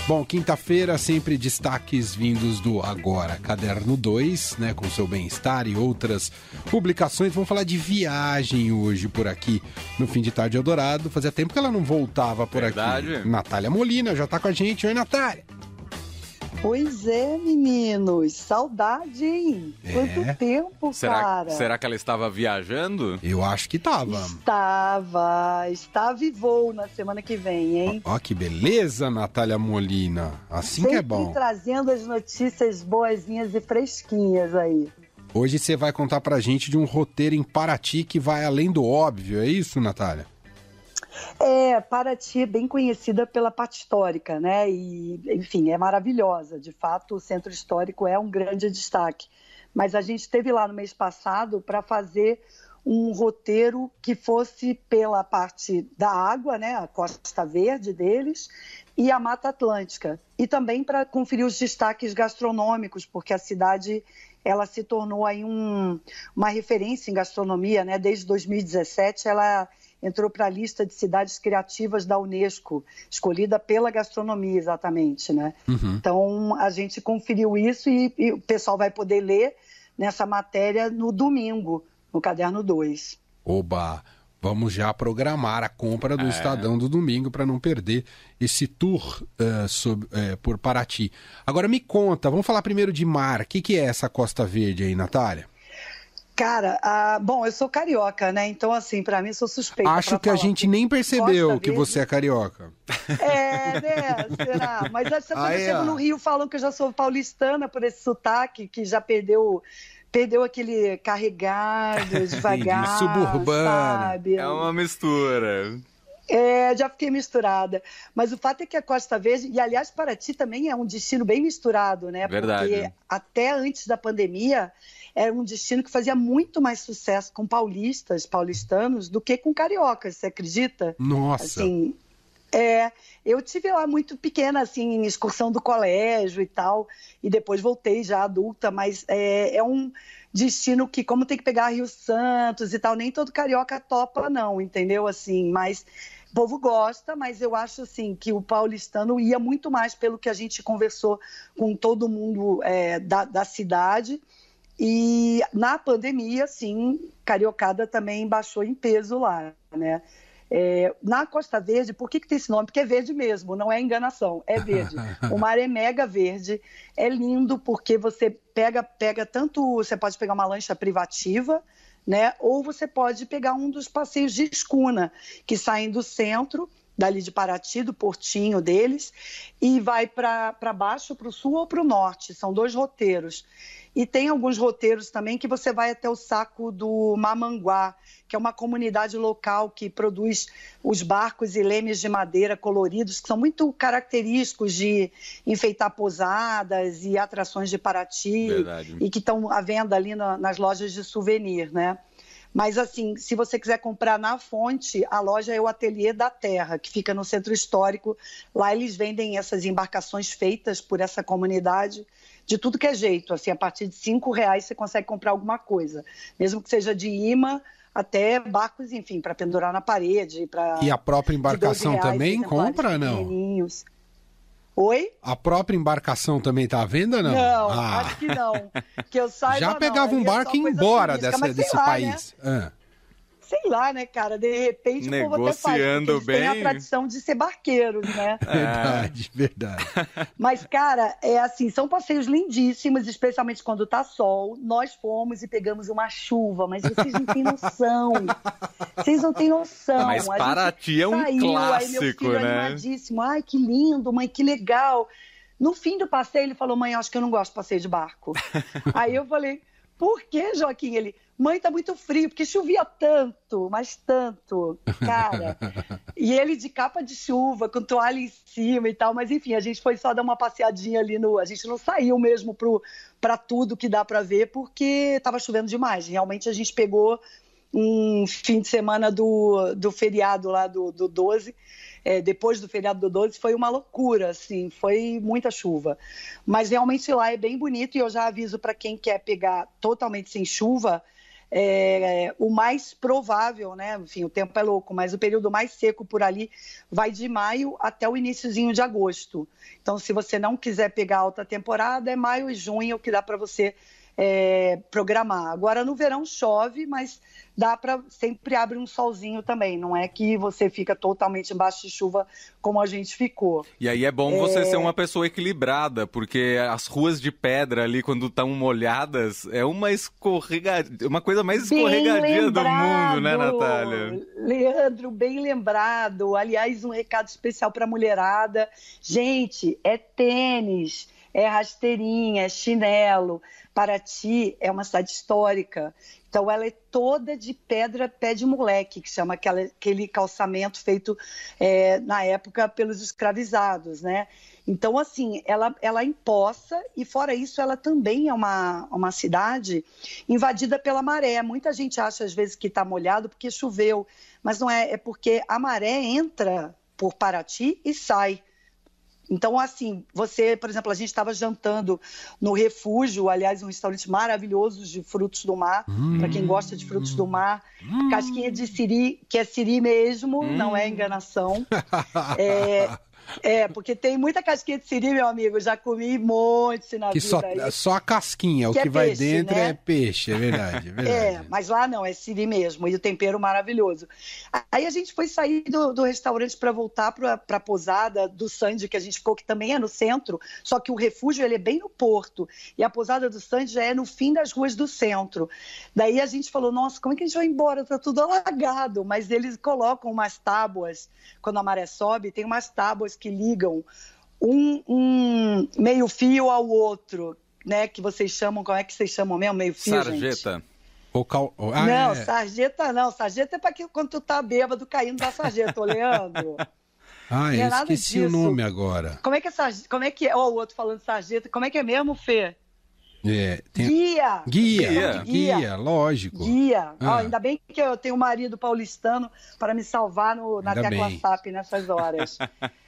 Bom, quinta-feira, sempre destaques vindos do Agora Caderno 2, né, com seu bem-estar e outras publicações. Vamos falar de viagem hoje por aqui no Fim de Tarde Eldorado. Fazia tempo que ela não voltava por aqui. Natália Molina já tá com a gente. Oi, Natália. Pois é, meninos. Saudade, hein? Quanto tempo, cara. Será que ela estava viajando? Eu acho que estava. Estava e voo na semana que vem, hein? Ó, que beleza, Natália Molina. Assim sempre que é bom. Trazendo as notícias boazinhas e fresquinhas aí. Hoje você vai contar pra gente de um roteiro em Paraty que vai além do óbvio, é isso, Natália? Paraty é bem conhecida pela parte histórica, né? E, enfim, é maravilhosa. De fato, o centro histórico é um grande destaque. Mas a gente esteve lá no mês passado para fazer um roteiro que fosse pela parte da água, né? A Costa Verde deles e a Mata Atlântica. E também para conferir os destaques gastronômicos, porque a cidade ela se tornou aí uma referência em gastronomia, né? Desde 2017 ela entrou para a lista de cidades criativas da Unesco, escolhida pela gastronomia, exatamente, né? Uhum. Então, a gente conferiu isso e o pessoal vai poder ler nessa matéria no domingo, no Caderno 2. Oba! Vamos já programar a compra do Estadão do domingo para não perder esse tour por Paraty. Agora, me conta, vamos falar primeiro de mar. O que é essa Costa Verde aí, Natália? Cara, bom, eu sou carioca, né? Então, assim, pra mim, sou suspeita. Acho que a gente nem percebeu que você é carioca. Né? Será? Mas quando eu chego no Rio, falam que eu já sou paulistana por esse sotaque, que já perdeu aquele carregado, devagar, suburbano. Sabe? É uma mistura. Já fiquei misturada. Mas o fato é que a Costa Verde, e aliás, Paraty também é um destino bem misturado, né? Verdade. Porque até antes da pandemia, era um destino que fazia muito mais sucesso com paulistanos, do que com cariocas, você acredita? Nossa! Assim, eu tive lá muito pequena, assim, em excursão do colégio e tal, e depois voltei já adulta, mas é um destino que, como tem que pegar Rio Santos e tal, nem todo carioca topa não, entendeu? Assim, mas o povo gosta, mas eu acho assim que o paulistano ia muito mais pelo que a gente conversou com todo mundo da cidade. E na pandemia, sim, cariocada também baixou em peso lá, né? Na Costa Verde, por que tem esse nome? Porque é verde mesmo, não é enganação, é verde. O mar é mega verde, é lindo porque você pega tanto, você pode pegar uma lancha privativa, né? Ou você pode pegar um dos passeios de escuna, que saem do centro, dali de Paraty, do portinho deles, e vai para baixo, para o sul ou para o norte, são 2 roteiros. E tem alguns roteiros também que você vai até o Saco do Mamanguá, que é uma comunidade local que produz os barcos e lemes de madeira coloridos, que são muito característicos de enfeitar pousadas e atrações de Paraty. Verdade. E que estão à venda ali nas lojas de souvenir, né? Mas, assim, se você quiser comprar na fonte, a loja é o Ateliê da Terra, que fica no Centro Histórico. Lá eles vendem essas embarcações feitas por essa comunidade de tudo que é jeito. Assim, a partir de R$5 você consegue comprar alguma coisa. Mesmo que seja de imã até barcos, enfim, para pendurar na parede. E a própria embarcação também compra, não? Oi? A própria embarcação também está à venda, não? Não, acho que não. Que eu saiba, já pegava um barco e ia embora desse país. Né? Sei lá, né, cara? De repente o povo até faz, porque eles têm a tradição de ser barqueiros, né? Verdade. Mas, cara, assim, são passeios lindíssimos, especialmente quando tá sol. Nós fomos e pegamos uma chuva, mas vocês não têm noção. Vocês não têm noção. Mas Paraty é um clássico, aí meu filho né? Animadíssimo. Ai, que lindo, mãe, que legal. No fim do passeio, ele falou, mãe, acho que eu não gosto de passeio de barco. Aí eu falei, por que, Joaquim? Ele, mãe, tá muito frio, porque chovia tanto, mas tanto, cara. E ele de capa de chuva, com toalha em cima e tal, mas enfim, a gente foi só dar uma passeadinha ali a gente não saiu mesmo pra tudo que dá pra ver, porque tava chovendo demais. Realmente a gente pegou um fim de semana do feriado lá do 12, depois do feriado do 12, foi uma loucura, assim, foi muita chuva. Mas realmente lá é bem bonito e eu já aviso para quem quer pegar totalmente sem chuva, o mais provável, né? Enfim, o tempo é louco, mas o período mais seco por ali vai de maio até o iniciozinho de agosto. Então, se você não quiser pegar alta temporada, é maio e junho que dá para você programar. Agora, no verão chove, mas sempre abre um solzinho também. Não é que você fica totalmente embaixo de chuva como a gente ficou. E aí é bom você ser uma pessoa equilibrada, porque as ruas de pedra ali, quando estão molhadas, é uma coisa mais escorregadia do mundo, né, Natália? Leandro, bem lembrado. Aliás, um recado especial para a mulherada. Gente, é tênis, é rasteirinha, é chinelo. Paraty é uma cidade histórica, então ela é toda de pedra pé de moleque, que chama aquele calçamento feito na época pelos escravizados, né? Então, assim, ela empoça e, fora isso, ela também é uma cidade invadida pela maré. Muita gente acha, às vezes, que está molhado porque choveu, mas não é, é porque a maré entra por Paraty e sai. Então, assim, por exemplo, a gente estava jantando no Refúgio, aliás, um restaurante maravilhoso de frutos do mar, para quem gosta de frutos do mar, casquinha de siri, que é siri mesmo, não é enganação. Porque tem muita casquinha de siri, meu amigo, já comi um monte na vida. Só a casquinha, o que vai peixe, dentro, né? É peixe, é verdade. Mas lá não, é siri mesmo, e o tempero maravilhoso. Aí a gente foi sair do restaurante para voltar para a pousada do Sandy, que a gente ficou, que também é no centro, só que o Refúgio ele é bem no porto, e a pousada do Sandy já é no fim das ruas do centro. Daí a gente falou, nossa, como é que a gente vai embora? Tá tudo alagado, mas eles colocam umas tábuas, quando a maré sobe, tem umas tábuas que ligam um meio fio ao outro, né? Que vocês chamam, como é que vocês chamam mesmo? Meio fio, sarjeta. Não, sarjeta não. Sarjeta é para quando tu tá bêbado caindo da sarjeta, Leandro. Eu esqueci o nome agora. Como é que é sarjeta? Como é que é? Ó, o outro falando sarjeta. Como é que é mesmo, Fê? Guia, lógico. Guia. Ainda bem que eu tenho um marido paulistano para me salvar na tecla SAP nessas horas.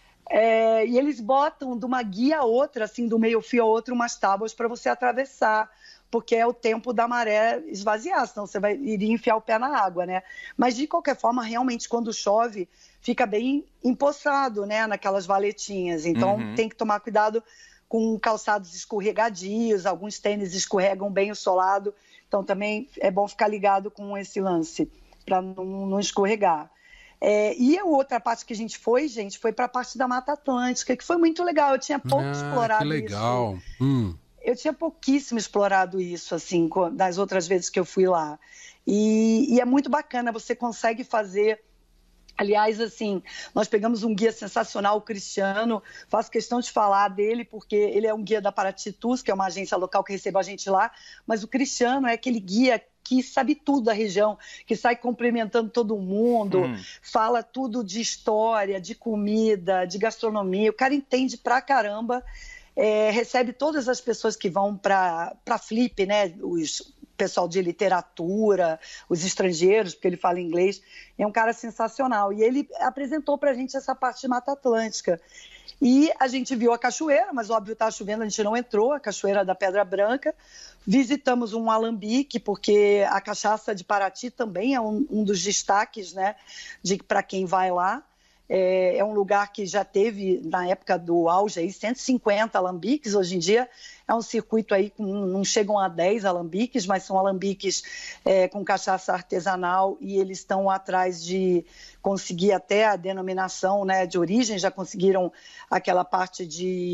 E eles botam de uma guia a outra, assim, do meio fio a outro, umas tábuas para você atravessar, porque é o tempo da maré esvaziar, senão você iria enfiar o pé na água, né? Mas, de qualquer forma, realmente, quando chove, fica bem empoçado, né, naquelas valetinhas. Então, tem que tomar cuidado com calçados escorregadios, alguns tênis escorregam bem o solado, então também é bom ficar ligado com esse lance, para não escorregar. E a outra parte que a gente foi para a parte da Mata Atlântica, que foi muito legal, eu tinha pouco explorado que legal. isso. Eu tinha pouquíssimo explorado isso, assim, das outras vezes que eu fui lá. E é muito bacana, você consegue fazer... Aliás, assim, nós pegamos um guia sensacional, o Cristiano, faço questão de falar dele, porque ele é um guia da Paraty Tours, que é uma agência local que recebe a gente lá, mas o Cristiano é aquele guia que sabe tudo da região, que sai cumprimentando todo mundo, fala tudo de história, de comida, de gastronomia, o cara entende pra caramba, recebe todas as pessoas que vão para Flip, né, pessoal de literatura, os estrangeiros, porque ele fala inglês, é um cara sensacional. E ele apresentou para a gente essa parte de Mata Atlântica. E a gente viu a cachoeira, mas óbvio estava chovendo, a gente não entrou, a cachoeira da Pedra Branca. Visitamos um alambique, porque a cachaça de Paraty também é um dos destaques, né, para quem vai lá. É um lugar que já teve, na época do auge, aí, 150 alambiques. Hoje em dia é um circuito aí, não chegam a 10 alambiques, mas são alambiques com cachaça artesanal, e eles estão atrás de conseguir até a denominação, né, de origem, já conseguiram aquela parte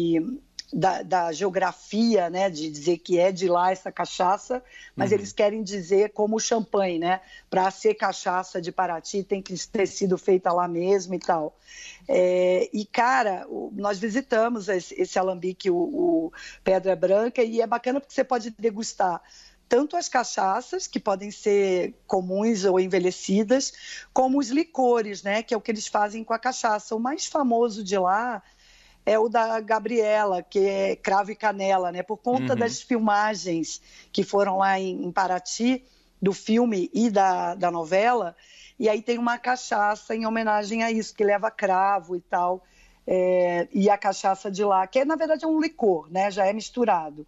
da geografia, né, de dizer que é de lá essa cachaça, mas eles querem dizer como o champanhe, né, para ser cachaça de Paraty tem que ter sido feita lá mesmo e tal. E, cara, nós visitamos esse alambique, o Pedra Branca, e é bacana porque você pode degustar tanto as cachaças, que podem ser comuns ou envelhecidas, como os licores, né, que é o que eles fazem com a cachaça. O mais famoso de lá é o da Gabriela, que é cravo e canela, né? Por conta das filmagens que foram lá em Paraty, do filme e da novela, e aí tem uma cachaça em homenagem a isso, que leva cravo e tal, e a cachaça de lá, que na verdade é um licor, né? Já é misturado.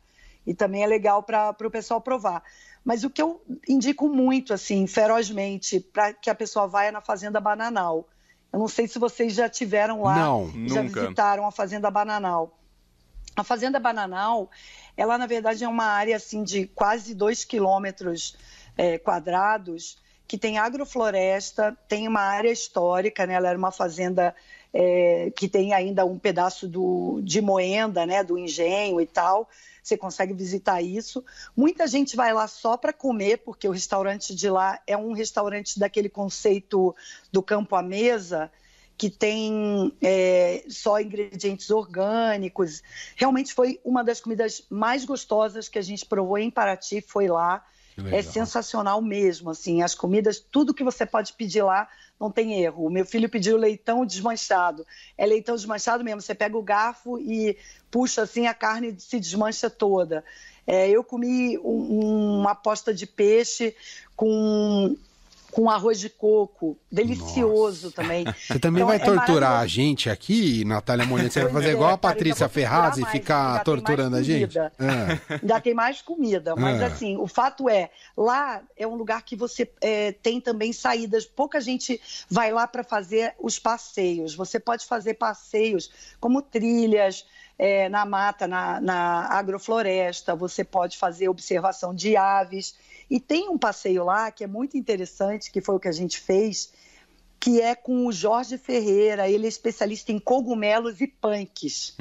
E também é legal para o pessoal provar. Mas o que eu indico muito, assim, ferozmente, para que a pessoa vá é na Fazenda Bananal. Eu não sei se vocês já tiveram lá, não, já nunca visitaram a Fazenda Bananal. A Fazenda Bananal, ela na verdade é uma área assim, de quase 2 quilômetros quadrados, que tem agrofloresta, tem uma área histórica, né? Ela era uma fazenda que tem ainda um pedaço de moenda, né? Do engenho e tal. Você consegue visitar isso. Muita gente vai lá só para comer, porque o restaurante de lá é um restaurante daquele conceito do campo à mesa, que tem só ingredientes orgânicos. Realmente foi uma das comidas mais gostosas que a gente provou em Paraty, foi lá. É sensacional mesmo, assim, as comidas, tudo que você pode pedir lá, não tem erro. O meu filho pediu leitão desmanchado. É leitão desmanchado mesmo, você pega o garfo e puxa assim, a carne se desmancha toda. Eu comi uma posta de peixe com arroz de coco, delicioso. Nossa. Também. Você também então, vai torturar a gente aqui, Natália Molina? Você vai fazer igual a Patrícia Ferraz e ficar torturando a gente? Já tem mais comida, mas assim, o fato lá é um lugar que você tem também saídas, pouca gente vai lá para fazer os passeios, você pode fazer passeios como trilhas, na mata, na agrofloresta, você pode fazer observação de aves. E tem um passeio lá que é muito interessante, que foi o que a gente fez, que é com o Jorge Ferreira. Ele é especialista em cogumelos e punks.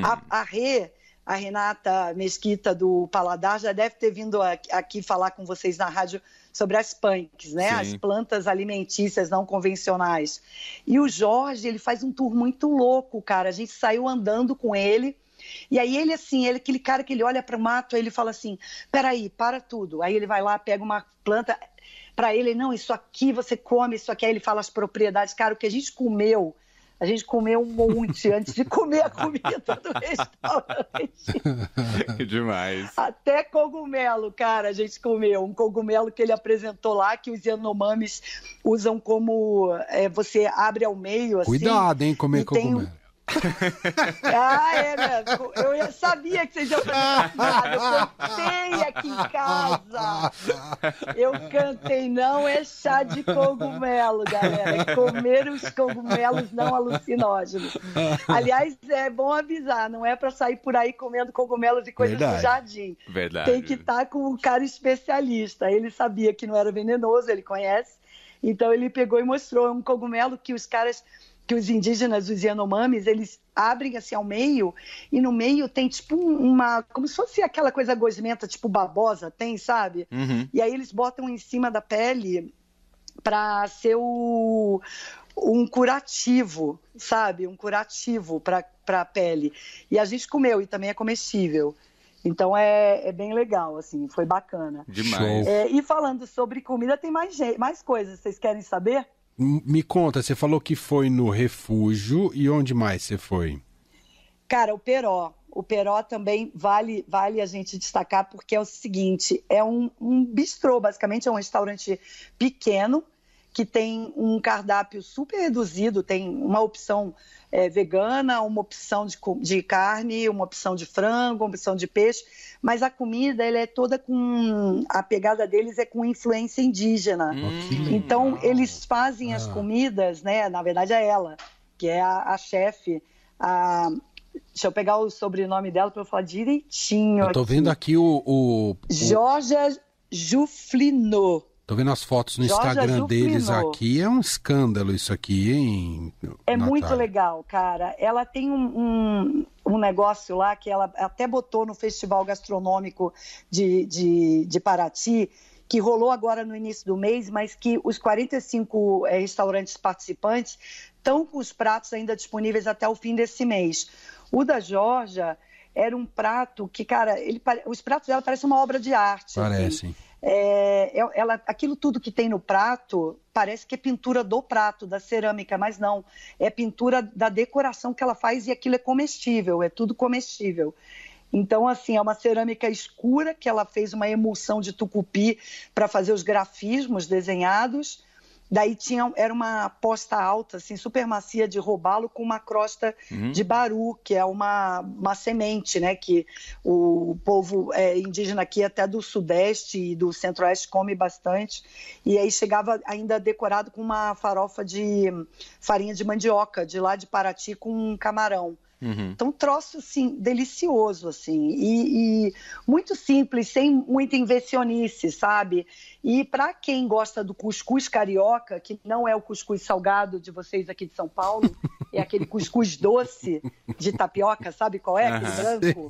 A Renata Mesquita do Paladar já deve ter vindo aqui falar com vocês na rádio sobre as punks, né? Sim. As plantas alimentícias não convencionais. E o Jorge, ele faz um tour muito louco, cara. A gente saiu andando com ele. E aí ele, assim, aquele cara que ele olha para o mato, aí ele fala assim, peraí, para tudo. Aí ele vai lá, pega uma planta, para ele, não, isso aqui você come, isso aqui. Aí ele fala as propriedades. Cara, o que a gente comeu um monte antes de comer a comida do restaurante. Que demais. Até cogumelo, cara, a gente comeu. Um cogumelo que ele apresentou lá, que os Yanomamis usam como você abre ao meio, assim. Cuidado, hein, comer cogumelo. Eu sabia que vocês iam fazer nada. Eu cantei aqui em casa. Eu cantei, não é chá de cogumelo, galera. É comer os cogumelos não alucinógenos. Aliás, é bom avisar, não é para sair por aí comendo cogumelos e coisas do jardim. Verdade. Tem que estar com um cara especialista. Ele sabia que não era venenoso, ele conhece. Então ele pegou e mostrou um cogumelo que que os indígenas, os Yanomamis, eles abrem assim ao meio, e no meio tem tipo como se fosse aquela coisa gosmenta, tipo babosa, tem, sabe? Uhum. E aí eles botam em cima da pele para ser um curativo, sabe? Um curativo para a pele. E a gente comeu, e também é comestível. Então é bem legal, assim, foi bacana. Demais. E falando sobre comida, tem mais coisas, vocês querem saber? Me conta, você falou que foi no Refúgio, e onde mais você foi? Cara, o Peró. O Peró também vale a gente destacar, porque é o seguinte, é um bistrô, basicamente, é um restaurante pequeno, que tem um cardápio super reduzido, tem uma opção vegana, uma opção de carne, uma opção de frango, uma opção de peixe, mas a comida ela é toda a pegada deles é com influência indígena. Então eles fazem as comidas, né? Na verdade é ela, que é a chefe, deixa eu pegar o sobrenome dela para eu falar direitinho. Eu tô vendo aqui Georgia Juflino. Tô vendo as fotos no Instagram deles aqui, é um escândalo isso aqui, hein? É muito legal, cara. Ela tem um negócio lá que ela até botou no Festival Gastronômico de Paraty, que rolou agora no início do mês, mas que os 45 restaurantes participantes estão com os pratos ainda disponíveis até o fim desse mês. O da Georgia era um prato que, cara, os pratos dela parecem uma obra de arte. Parecem. Assim. Aquilo tudo que tem no prato parece que é pintura do prato, da cerâmica, mas não, é pintura da decoração que ela faz, e aquilo é comestível, é tudo comestível. Então, assim, é uma cerâmica escura que ela fez uma emulsão de tucupi para fazer os grafismos desenhados, Daí era uma posta alta, assim, super macia de robalo com uma crosta de baru, que é uma semente, né? Que o povo indígena aqui, até do Sudeste e do Centro-Oeste, come bastante. E aí chegava ainda decorado com uma farofa de farinha de mandioca, de lá de Paraty, com camarão. Então, um troço, assim, delicioso, assim, e muito simples, sem muita invencionice, sabe? E para quem gosta do cuscuz carioca, que não é o cuscuz salgado de vocês aqui de São Paulo, é aquele cuscuz doce de tapioca, sabe qual é? Aquele branco.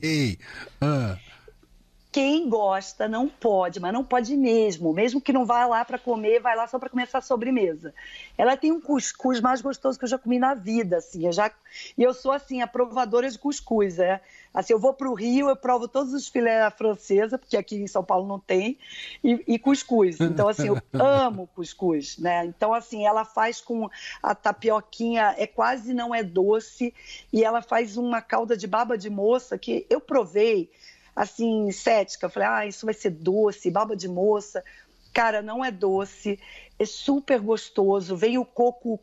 Quem gosta não pode, mas não pode mesmo que não vá lá para comer, vai lá só para comer essa sobremesa. Ela tem um cuscuz mais gostoso que eu já comi na vida, assim, e eu sou, assim, a provadora de cuscuz, assim, eu vou para o Rio, eu provo todos os filés à francesa, porque aqui em São Paulo não tem, e cuscuz, então, assim, eu amo cuscuz, né, então, assim, ela faz com a tapioquinha, quase não é doce, e ela faz uma calda de baba de moça que eu provei, assim, cética, eu falei, isso vai ser doce, baba de moça. Cara, não é doce, é super gostoso, vem o coco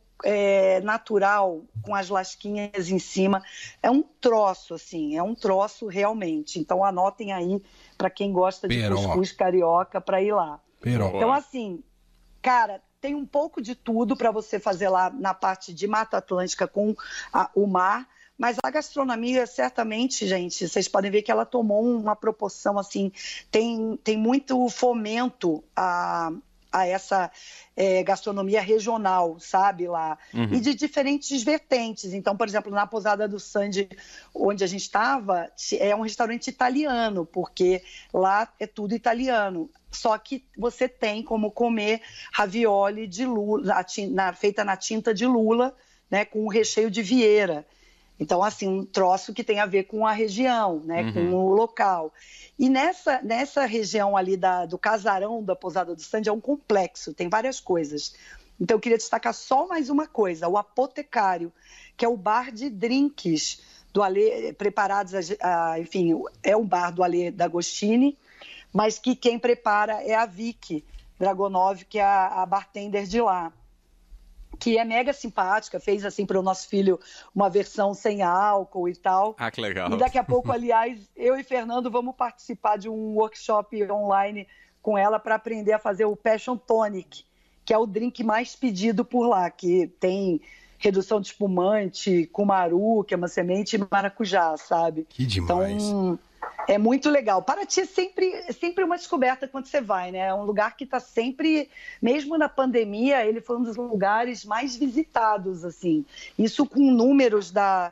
natural com as lasquinhas em cima, é um troço, assim, realmente. Então anotem aí para quem gosta de cuscuz carioca para ir lá. Então, assim, cara, tem um pouco de tudo para você fazer lá na parte de Mata Atlântica com o mar. Mas a gastronomia, certamente, gente, vocês podem ver que ela tomou uma proporção, assim, tem muito fomento a essa gastronomia regional, sabe, lá. E de diferentes vertentes. Então, por exemplo, na Pousada do Sandy, onde a gente estava, é um restaurante italiano, porque lá é tudo italiano. Só que você tem como comer ravioli de lula, feita na tinta de lula, né, com o recheio de vieira. Então, assim, um troço que tem a ver com a região, né, com o local. E nessa região ali do casarão da Pousada do Sandy é um complexo, tem várias coisas. Então, eu queria destacar só mais uma coisa, o Apotecário, que é o bar de drinks do Alê, preparados, enfim, é um bar do Alê D'Agostini, mas que quem prepara é a Vicky Dragonov, que é a bartender de lá, que é mega simpática, fez assim para o nosso filho uma versão sem álcool e tal. Ah, que legal. E daqui a pouco, aliás, eu e Fernando vamos participar de um workshop online com ela para aprender a fazer o Passion Tonic, que é o drink mais pedido por lá, que tem redução de espumante, cumaru, que é uma semente, e maracujá, sabe? Que demais. Então, é muito legal. Paraty é sempre uma descoberta quando você vai, né? É um lugar que está sempre, mesmo na pandemia, ele foi um dos lugares mais visitados, assim. Isso com números da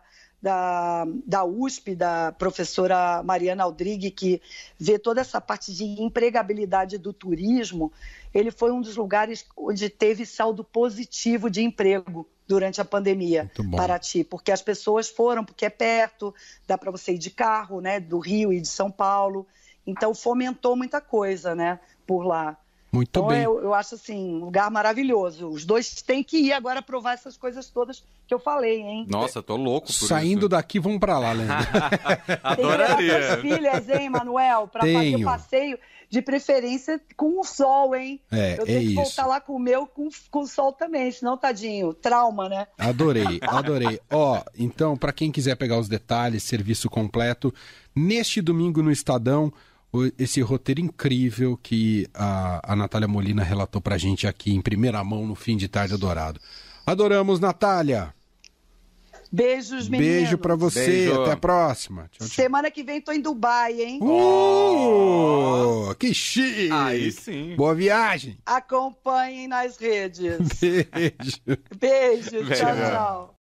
USP, da professora Mariana Aldrigue, que vê toda essa parte de empregabilidade do turismo. Ele foi um dos lugares onde teve saldo positivo de emprego durante a pandemia, Paraty, porque as pessoas foram, porque é perto, dá para você ir de carro, né, do Rio e de São Paulo, então fomentou muita coisa, né, por lá. Muito bem. Eu acho, assim, um lugar maravilhoso. Os dois têm que ir agora provar essas coisas todas que eu falei, hein? Nossa, tô louco por Saindo isso. daqui, vamos pra lá, Leandro. Adoraria. Tem as filhas, hein, Manuel? Pra fazer passeio, de preferência com o sol, hein? Eu tenho que voltar lá com o meu com o sol também, senão, tadinho, trauma, né? Adorei. Então, pra quem quiser pegar os detalhes, serviço completo, neste domingo no Estadão, esse roteiro incrível que a Natália Molina relatou pra gente aqui em primeira mão no Fim de Tarde Dourado. Adoramos, Natália! Beijos, meninos. Beijo pra você, Beijo. Até a próxima. Tchau, tchau. Semana que vem tô em Dubai, hein? Que chique! Aí sim. Boa viagem! Acompanhem nas redes. Beijo! Beijo, tchau, tchau.